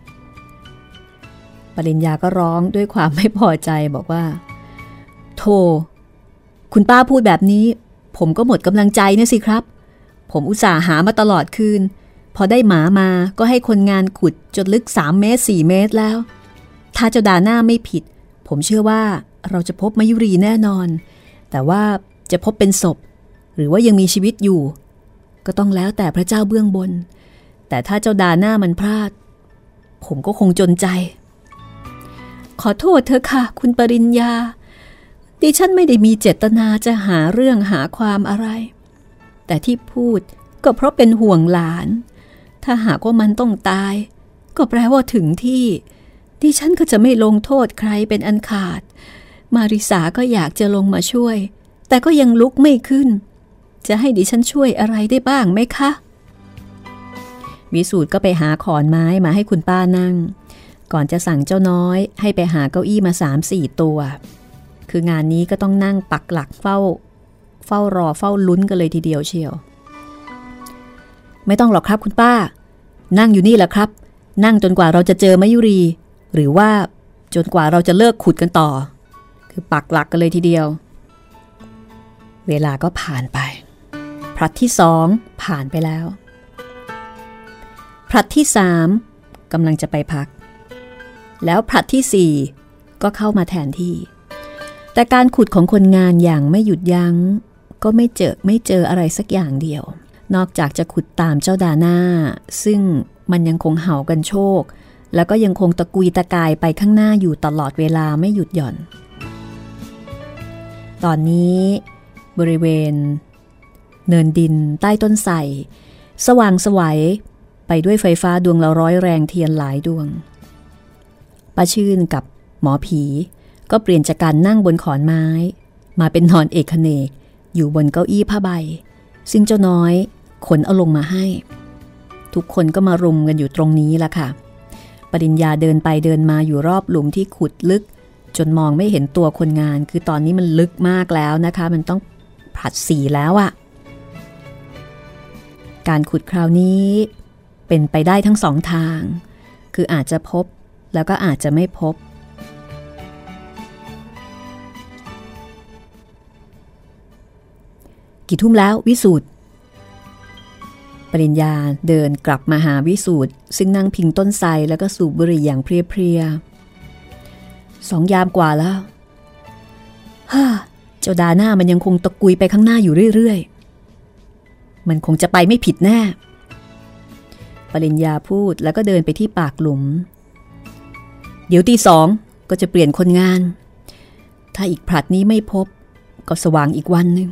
ปริญญาก็ร้องด้วยความไม่พอใจบอกว่าโธ่คุณป้าพูดแบบนี้ผมก็หมดกำลังใจนะสิครับผมอุตส่าห์หามาตลอดคืนพอได้หมามาก็ให้คนงานขุดจนลึก3 เมตร 4 เมตรแล้วถ้าเจ้าดาหน้าไม่ผิดผมเชื่อว่าเราจะพบมยุรีแน่นอนแต่ว่าจะพบเป็นศพหรือว่ายังมีชีวิตอยู่ก็ต้องแล้วแต่พระเจ้าเบื้องบนแต่ถ้าเจ้าดาหน้ามันพลาดผมก็คงจนใจขอโทษเธอค่ะคุณปริญญาดิฉันไม่ได้มีเจตนาจะหาเรื่องหาความอะไรแต่ที่พูดก็เพราะเป็นห่วงหลานถ้าหากว่ามันต้องตายก็แปลว่าถึงที่ดิฉันก็จะไม่ลงโทษใครเป็นอันขาดมาริสาก็อยากจะลงมาช่วยแต่ก็ยังลุกไม่ขึ้นจะให้ดิฉันช่วยอะไรได้บ้างไหมคะวิสูตรก็ไปหาขอนไม้มาให้คุณป้านั่งก่อนจะสั่งเจ้าน้อยให้ไปหาเก้าอี้มา 3-4 ตัวคืองานนี้ก็ต้องนั่งปักหลักเฝ้ารอเฝ้าลุ้นกันเลยทีเดียวเชียวไม่ต้องหรอกครับคุณป้านั่งอยู่นี่แหละครับนั่งจนกว่าเราจะเจอมยุรีหรือว่าจนกว่าเราจะเลิกขุดกันต่อคือปักหลักกันเลยทีเดียวเวลาก็ผ่านไปผลัดที่2ผ่านไปแล้วผลัดที่3กำลังจะไปพักแล้วผลัดที่4ก็เข้ามาแทนที่แต่การขุดของคนงานอย่างไม่หยุดยั้งก็ไม่เจออะไรสักอย่างเดียวนอกจากจะขุดตามเจ้าดาน่าซึ่งมันยังคงเห่ากันโชคแล้วก็ยังคงตะกุยตะกายไปข้างหน้าอยู่ตลอดเวลาไม่หยุดหย่อนตอนนี้บริเวณเนินดินใต้ต้นไทรสว่างไสวไปด้วยไฟฟ้าดวงละ100 แรงเทียนหลายดวงป้าชื่นกับหมอผีก็เปลี่ยนจากการนั่งบนขอนไม้มาเป็นนอนเอกเนกอยู่บนเก้าอี้ผ้าใบซึ่งเจ้าน้อยขนเอาลงมาให้ทุกคนก็มารุมกันอยู่ตรงนี้ล่ะค่ะปริญญาเดินไปเดินมาอยู่รอบหลุมที่ขุดลึกจนมองไม่เห็นตัวคนงานคือตอนนี้มันลึกมากแล้วนะคะมันต้องผลัด4แล้วอะการขุดคราวนี้เป็นไปได้ทั้ง2 ทางคืออาจจะพบแล้วก็อาจจะไม่พบกี่ทุ่มแล้ววิสูตรปริญญาเดินกลับมาหาวิสูตรซึ่งนั่งพิงต้นไทรแล้วก็สูบบุหรี่อย่างเพลียๆ2 ยามกว่าแล้วฮ่าเจ้าดาหน้ามันยังคงตะกุยไปข้างหน้าอยู่เรื่อยๆมันคงจะไปไม่ผิดแน่ปริญญาพูดแล้วก็เดินไปที่ปากหลุมเดี๋ยวตี 2ก็จะเปลี่ยนคนงานถ้าอีกผลัดนี้ไม่พบก็สว่างอีกวันหนึ่ง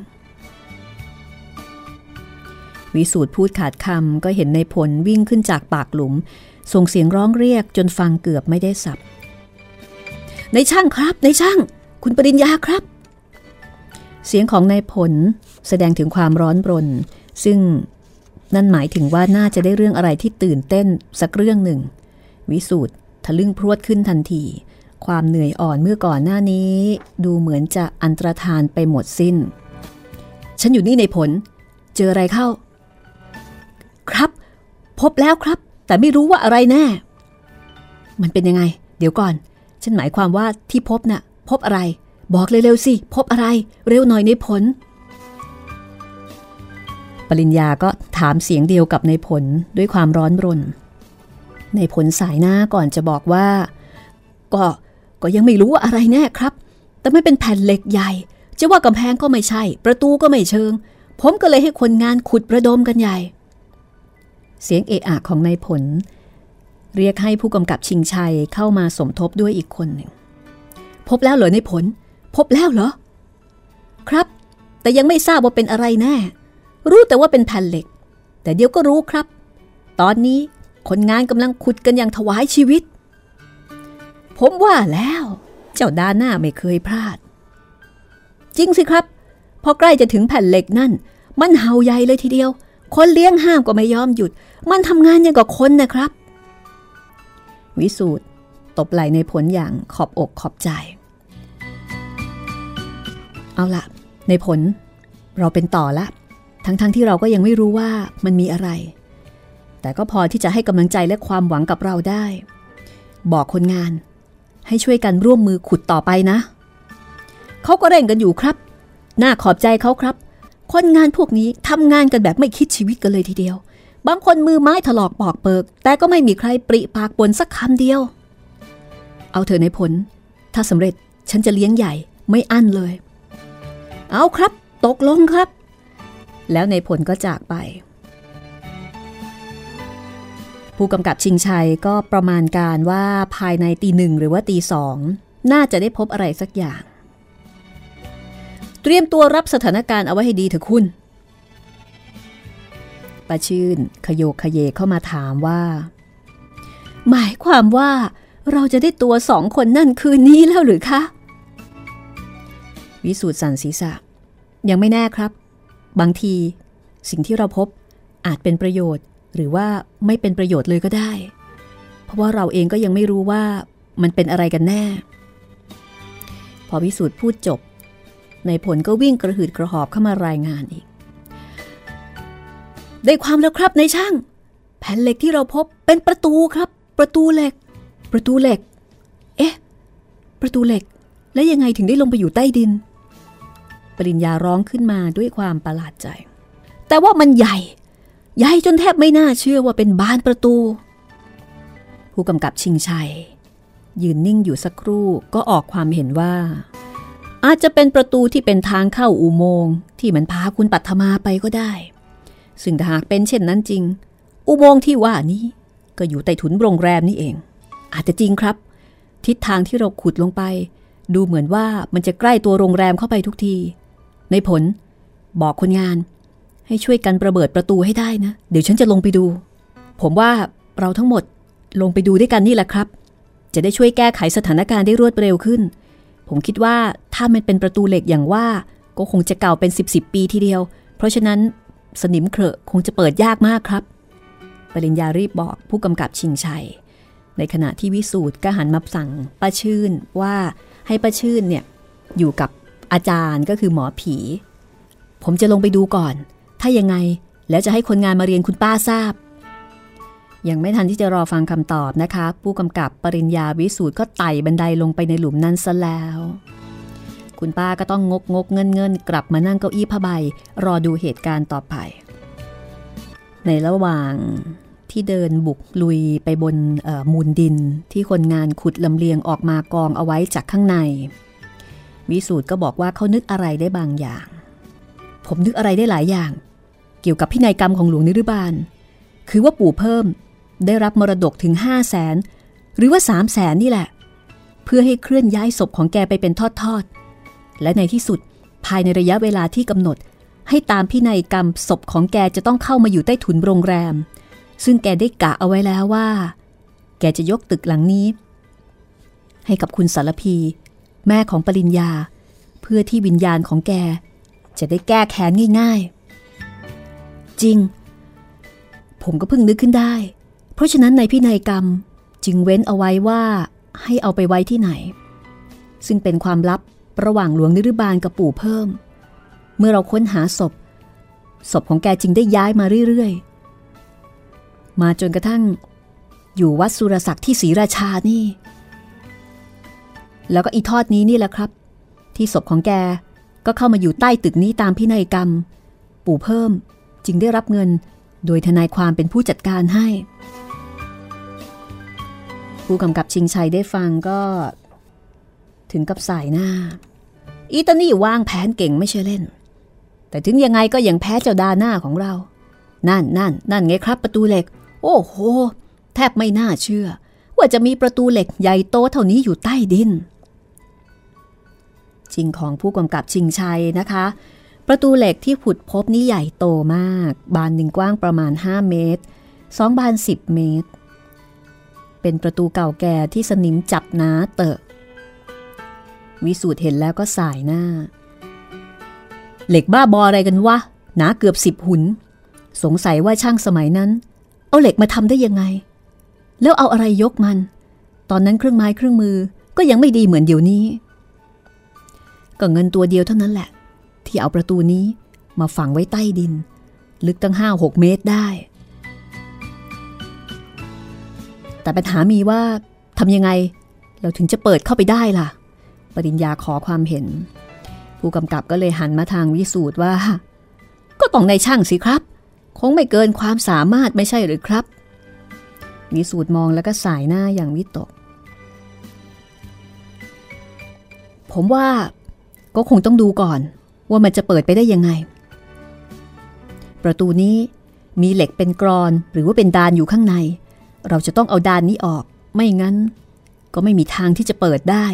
วิสูตรพูดขาดคำก็เห็นในผลวิ่งขึ้นจากปากหลุมส่งเสียงร้องเรียกจนฟังเกือบไม่ได้สับนายช่างครับนายช่างคุณปริญญาครับเสียงของนายผลแสดงถึงความร้อนรนซึ่งนั่นหมายถึงว่าน่าจะได้เรื่องอะไรที่ตื่นเต้นสักเรื่องหนึ่งวิสูตรทะลึ่งพรวดขึ้นทันทีความเหนื่อยอ่อนเมื่อก่อนหน้านี้ดูเหมือนจะอันตรธานไปหมดสิ้นฉันอยู่นี่ในผลเจออะไรเข้าครับพบแล้วครับแต่ไม่รู้ว่าอะไรแน่มันเป็นยังไงเดี๋ยวก่อนฉันหมายความว่าที่พบน่ะพบอะไรบอกเร็วๆสิพบอะไรเร็วหน่อยในผลปริญญาก็ถามเสียงเดียวกับในผลด้วยความร้อนรนในผลสายหน้าก่อนจะบอกว่าก็ยังไม่รู้ว่าอะไรแน่ครับแต่ไม่เป็นแผ่นเหล็กใหญ่จะว่ากำแพงก็ไม่ใช่ประตูก็ไม่เชิงผมก็เลยให้คนงานขุดระดมกันใหญ่เสียงเอะอะของนายผลเรียกให้ผู้กำกับชิงชัยเข้ามาสมทบด้วยอีกคนหนึ่งพบแล้วเหรอนายผลพบแล้วเหรอครับแต่ยังไม่ทราบว่าเป็นอะไรแน่รู้แต่ว่าเป็นแผ่นเหล็กแต่เดี๋ยวก็รู้ครับตอนนี้คนงานกำลังขุดกันอย่างถวายชีวิตผมว่าแล้วเจ้าดาหน้าไม่เคยพลาดจริงสิครับพอใกล้จะถึงแผ่นเหล็กนั่นมันเห่าใหญ่เลยทีเดียวคนเลี้ยงห้ามก็ไม่ยอมหยุดมันทำงานอย่างกับคนนะครับวิสูตรตบไหล่ในผลอย่างขอบอกขอบใจเอาล่ะในผลเราเป็นต่อละทั้งที่เราก็ยังไม่รู้ว่ามันมีอะไรแต่ก็พอที่จะให้กำลังใจและความหวังกับเราได้บอกคนงานให้ช่วยกันร่วมมือขุดต่อไปนะเขาก็เร่งกันอยู่ครับน่าขอบใจเขาครับคนงานพวกนี้ทำงานกันแบบไม่คิดชีวิตกันเลยทีเดียวบางคนมือไม้ถลอกปอกเปิกแต่ก็ไม่มีใครปริปากปนสักคำเดียวเอาเถอะในผลถ้าสำเร็จฉันจะเลี้ยงใหญ่ไม่อั้นเลยเอาครับตกลงครับแล้วในผลก็จากไปผู้กำกับชิงชัยก็ประมาณการว่าภายในตี 1หรือว่าตี 2น่าจะได้พบอะไรสักอย่างเตรียมตัวรับสถานการณ์เอาไว้ให้ดีเถอะคุณป้าชื่นขโยกขยเยเข้ามาถามว่าหมายความว่าเราจะได้ตัว2 คนนั่นคืนนี้แล้วหรือคะวิสูตรสั่นศีรษะยังไม่แน่ครับบางทีสิ่งที่เราพบอาจเป็นประโยชน์หรือว่าไม่เป็นประโยชน์เลยก็ได้เพราะว่าเราเองก็ยังไม่รู้ว่ามันเป็นอะไรกันแน่พอวิสูตรพูดจบในผลก็วิ่งกระหืดกระหอบเข้ามารายงานอีกได้ความแล้วครับนายช่างแผ่นเหล็กที่เราพบเป็นประตูครับประตูเหล็กเอ๊ะประตูเหล็กแล้วยังไงถึงได้ลงไปอยู่ใต้ดินปริญญาร้องขึ้นมาด้วยความประหลาดใจแต่ว่ามันใหญ่จนแทบไม่น่าเชื่อว่าเป็นบานประตูผู้กำกับชิงชัยยืนนิ่งอยู่สักครู่ก็ออกความเห็นว่าอาจจะเป็นประตูที่เป็นทางเข้าอุโมงค์ที่มันพาคุณปัทมาไปก็ได้ซึ่งถ้าหากเป็นเช่นนั้นจริงอุโมงค์ที่ว่านี้ก็อยู่ใต้ถุนโรงแรมนี่เองอาจจะจริงครับทิศทางที่เราขุดลงไปดูเหมือนว่ามันจะใกล้ตัวโรงแรมเข้าไปทุกทีในผลบอกคนงานให้ช่วยกันระเบิดประตูให้ได้นะเดี๋ยวฉันจะลงไปดูผมว่าเราทั้งหมดลงไปดูด้วยกันนี่แหละครับจะได้ช่วยแก้ไขสถานการณ์ได้รวดเร็วขึ้นผมคิดว่าถ้ามันเป็นประตูเหล็กอย่างว่าก็คงจะเก่าเป็น10 ปีทีเดียวเพราะฉะนั้นสนิมเคราะห์คงจะเปิดยากมากครับปริญญารีบบอกผู้กำกับชิงชัยในขณะที่วิสูตรก็หันมาสั่งป้าชื่นว่าให้ป้าชื่นเนี่ยอยู่กับอาจารย์ก็คือหมอผีผมจะลงไปดูก่อนถ้ายังไงแล้วจะให้คนงานมาเรียนคุณป้าทราบยังไม่ทันที่จะรอฟังคำตอบนะคะผู้กำกับปริญญาวิสูตรก็ไต่บันไดลงไปในหลุมนั้นซะแล้วคุณป้าก็ต้องงกเงินกลับมานั่งเก้าอี้ผ้าใบรอดูเหตุการณ์ต่อไปในระหว่างที่เดินบุกลุยไปบนมูลดินที่คนงานขุดลำเลียงออกมากองเอาไว้จากข้างในวิสูตรก็บอกว่าเขานึกอะไรได้บางอย่างผมนึกอะไรได้หลายอย่างเกี่ยวกับพินัยกรรมของหลวงนิรบาลคือว่าปู่เพิ่มได้รับมรดกถึง500,000หรือว่า300,000นี่แหละเพื่อให้เคลื่อนย้ายศพของแกไปเป็นทอดๆและในที่สุดภายในระยะเวลาที่กำหนดให้ตามพินัยกรรมศพของแกจะต้องเข้ามาอยู่ใต้ถุนโรงแรมซึ่งแกได้กะเอาไว้แล้วว่าแกจะยกตึกหลังนี้ให้กับคุณสารพีแม่ของปริญญาเพื่อที่วิญญาณของแกจะได้แก้แค้นง่ายๆจริงผมก็เพิ่งนึกขึ้นได้เพราะฉะนั้นในพินัยกรรมจึงเว้นเอาไว้ว่าให้เอาไปไว้ที่ไหนซึ่งเป็นความลับระหว่างหลวงนิรบาลกับปู่เพิ่มเมื่อเราค้นหาศพของแกจึงได้ย้ายมาเรื่อยๆมาจนกระทั่งอยู่วัดสุรศักดิ์ที่ศรีราชานี่แล้วก็อีทอดนี้นี่แหละครับที่ศพของแกก็เข้ามาอยู่ใต้ตึกนี้ตามพินัยกรรมปู่เพิ่มจึงได้รับเงินโดยทนายความเป็นผู้จัดการให้ผู้กำกับชิงชัยได้ฟังก็ถึงกับสายหน้าอีตานี่วางแผนเก่งไม่ใช่เล่นแต่ถึงยังไงก็ยังแพ้เจ้าดาหน้าของเรานั่นไงครับประตูเหล็กโอ้โหแทบไม่น่าเชื่อว่าจะมีประตูเหล็กใหญ่โตเท่านี้อยู่ใต้ดินจริงของผู้กำกับชิงชัยนะคะประตูเหล็กที่ขุดพบนี้ใหญ่โตมากบานหนึ่งกว้างประมาณ5เมตร2บาน10เมตรเป็นประตูเก่าแก่ที่สนิมจับหนาเตอะวิสูตรเห็นแล้วก็สายหน้าเหล็กบ้าบออะไรกันวะหนาเกือบ10 หุนสงสัยว่าช่างสมัยนั้นเอาเหล็กมาทำได้ยังไงแล้วเอาอะไรยกมันตอนนั้นเครื่องไม้เครื่องมือก็ยังไม่ดีเหมือนเดี๋ยวนี้ก็เงินตัวเดียวเท่านั้นแหละที่เอาประตูนี้มาฝังไว้ใต้ดินลึกตั้ง 5-6 เมตรได้แต่ปัญหามีว่าทำยังไงเราถึงจะเปิดเข้าไปได้ล่ะปริญญาขอความเห็นผู้กำกับก็เลยหันมาทางวิสูตรว่าก็ต้องในช่างสิครับคงไม่เกินความสามารถไม่ใช่หรือครับวิสูตรมองแล้วก็สายหน้าอย่างวิตกผมว่าก็คงต้องดูก่อนว่ามันจะเปิดไปได้ยังไงประตูนี้มีเหล็กเป็นกรอนหรือว่าเป็นดานอยู่ข้างในเราจะต้องเอาดานนี้ออกไม่งั้นก็ไม่มีทางที่จะเปิดได้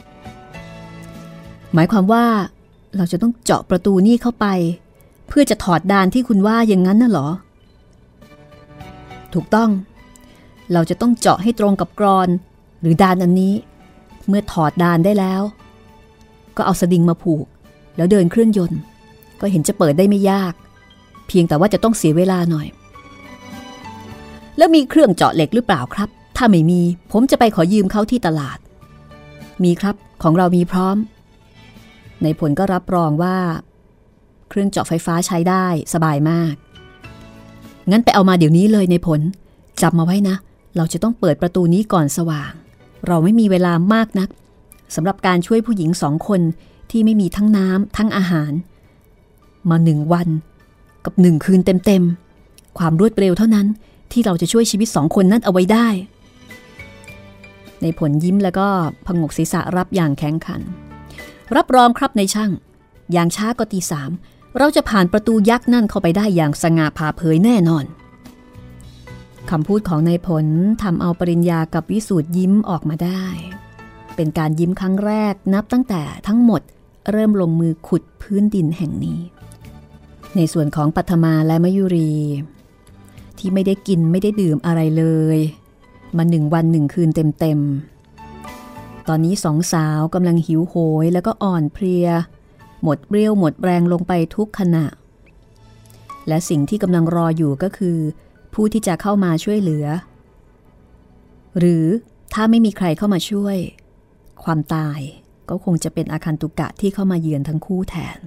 หมายความว่าเราจะต้องเจาะประตูนี้เข้าไปเพื่อจะถอดดานที่คุณว่าอย่างนั้นน่ะเหรอถูกต้องเราจะต้องเจาะให้ตรงกับกรอนหรือดานอันนี้เมื่อถอดดานได้แล้วก็เอาสดิงมาผูกแล้วเดินเครื่องยนต์ก็เห็นจะเปิดได้ไม่ยากเพียงแต่ว่าจะต้องเสียเวลาหน่อยแล้วมีเครื่องเจาะเหล็กหรือเปล่าครับถ้าไม่มีผมจะไปขอยืมเขาที่ตลาดมีครับของเรามีพร้อมในผลก็รับรองว่าเครื่องเจาะไฟฟ้าใช้ได้สบายมากงั้นไปเอามาเดี๋ยวนี้เลยในผลจำมาไว้นะเราจะต้องเปิดประตูนี้ก่อนสว่างเราไม่มีเวลามากนักสำหรับการช่วยผู้หญิง2 คนที่ไม่มีทั้งน้ำทั้งอาหารมา1 วันกับ1 คืนเต็มๆความรวดเร็วเท่านั้นที่เราจะช่วยชีวิต2 คนนั้นเอาไว้ได้ในผลยิ้มแล้วก็พงกศีรษะรับอย่างแข็งขันรับรองครับในช่างอย่างช้าก็ตี 3เราจะผ่านประตูยักษ์นั่นเข้าไปได้อย่างสง่าผ่าเผยแน่นอนคำพูดของนายผลทำเอาปริญญากับวิสูตรยิ้มออกมาได้เป็นการยิ้มครั้งแรกนับตั้งแต่ทั้งหมดเริ่มลงมือขุดพื้นดินแห่งนี้ในส่วนของปัทมาและมยุรีที่ไม่ได้กินไม่ได้ดื่มอะไรเลยมา1 วัน 1 คืนเต็มๆตอนนี้2 สาวกำลังหิวโหยแล้วก็อ่อนเพลียหมดเรี่ยวหมดแรงลงไปทุกขณะและสิ่งที่กำลังรออยู่ก็คือผู้ที่จะเข้ามาช่วยเหลือหรือถ้าไม่มีใครเข้ามาช่วยความตายก็คงจะเป็นอาคันตุกะที่เข้ามาเยือนทั้งคู่แทน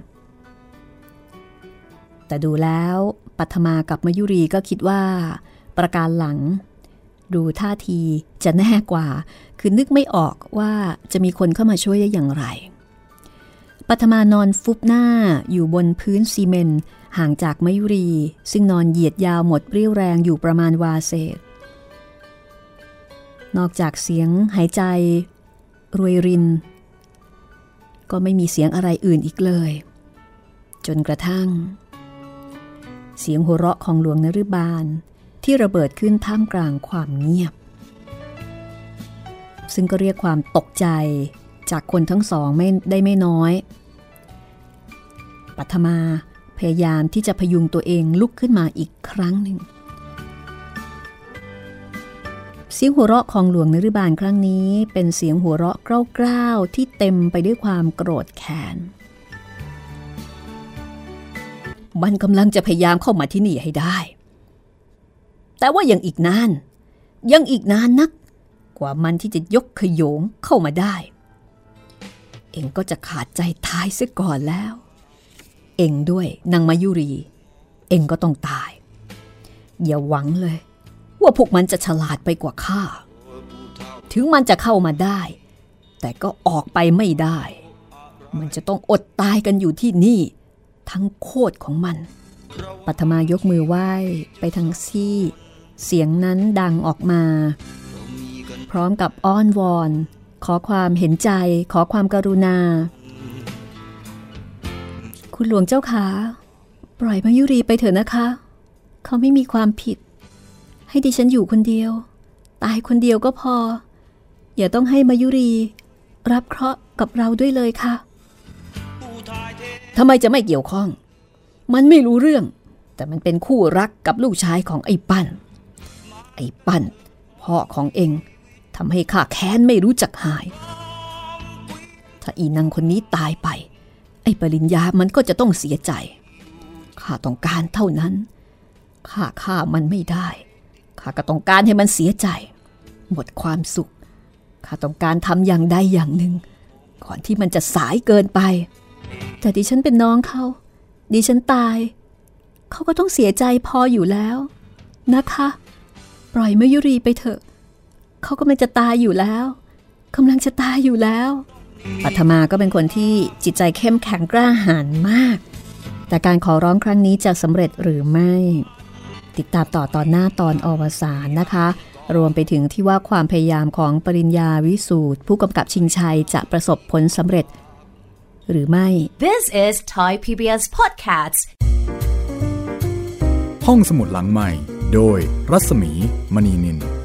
แต่ดูแล้วปัทมากับมยุรีก็คิดว่าประการหลังดูท่าทีจะแน่กว่าคือนึกไม่ออกว่าจะมีคนเข้ามาช่วยได้อย่างไรปัทมานอนฟุบหน้าอยู่บนพื้นซีเมนต์ห่างจากมยุรีซึ่งนอนเหยียดยาวหมดเรี่ยวแรงอยู่ประมาณวาเศษนอกจากเสียงหายใจรวยรินก็ไม่มีเสียงอะไรอื่นอีกเลยจนกระทั่งเสียงหัวเราะของหลวงนฤบาลที่ระเบิดขึ้นท่ามกลางความเงียบซึ่งก็เรียกความตกใจจากคนทั้งสองไม่น้อยปัทมาพยายามที่จะพยุงตัวเองลุกขึ้นมาอีกครั้งหนึ่งเสียงหัวเราะของหลวงนฤบาลครั้งนี้เป็นเสียงหัวเราะกร้าวๆที่เต็มไปด้วยความโกรธแค้นมันกำลังจะพยายามเข้ามาที่นี่ให้ได้แต่ว่ายังอีกนานนักกว่ามันที่จะยกขโยงเข้ามาได้เองก็จะขาดใจตายเสียก่อนแล้วเองด้วยนางมายุรีเองก็ต้องตายอย่าหวังเลยว่าพวกมันจะฉลาดไปกว่าข้าถึงมันจะเข้ามาได้แต่ก็ออกไปไม่ได้มันจะต้องอดตายกันอยู่ที่นี่ทั้งโคตรของมันปัทมายกมือไหว้ไปทางซี่เสียงนั้นดังออกมาพร้อมกับอ้อนวอนขอความเห็นใจขอความกรุณาคุณหลวงเจ้าขาปล่อยมายุรีไปเถอะนะคะเขาไม่มีความผิดให้ดิฉันอยู่คนเดียวตายคนเดียวก็พออย่าต้องให้มายุรีรับเคราะห์กับเราด้วยเลยค่ะทำไมจะไม่เกี่ยวข้องมันไม่รู้เรื่องแต่มันเป็นคู่รักกับลูกชายของไอ้ปั้นพ่อของเองทำให้ข้าแค้นไม่รู้จักหายถ้าอีนางคนนี้ตายไปไอ้ปริญญามันก็จะต้องเสียใจข้าต้องการเท่านั้นข้าฆ่ามันไม่ได้ข้าก็ต้องการให้มันเสียใจหมดความสุขข้าต้องการทำอย่างใดอย่างหนึ่งก่อนที่มันจะสายเกินไปแต่ดิฉันเป็นน้องเขาดิฉันตายเขาก็ต้องเสียใจพออยู่แล้วนะคะปล่อยมายุรีไปเถอะเขากำลังจะตายอยู่แล้วปัทมาก็เป็นคนที่จิตใจเข้มแข็งกล้าหาญมากแต่การขอร้องครั้งนี้จะสำเร็จหรือไม่ติดตามต่อตอนหน้าตอนอวสานนะคะรวมไปถึงที่ว่าความพยายามของปริญญาวิสูตรผู้กำกับชิงชัยจะประสบผลสำเร็จหรือไม่ This is Thai PBS Podcast ห้องสมุดหลังใหม่โดยรัศมีมณีนิน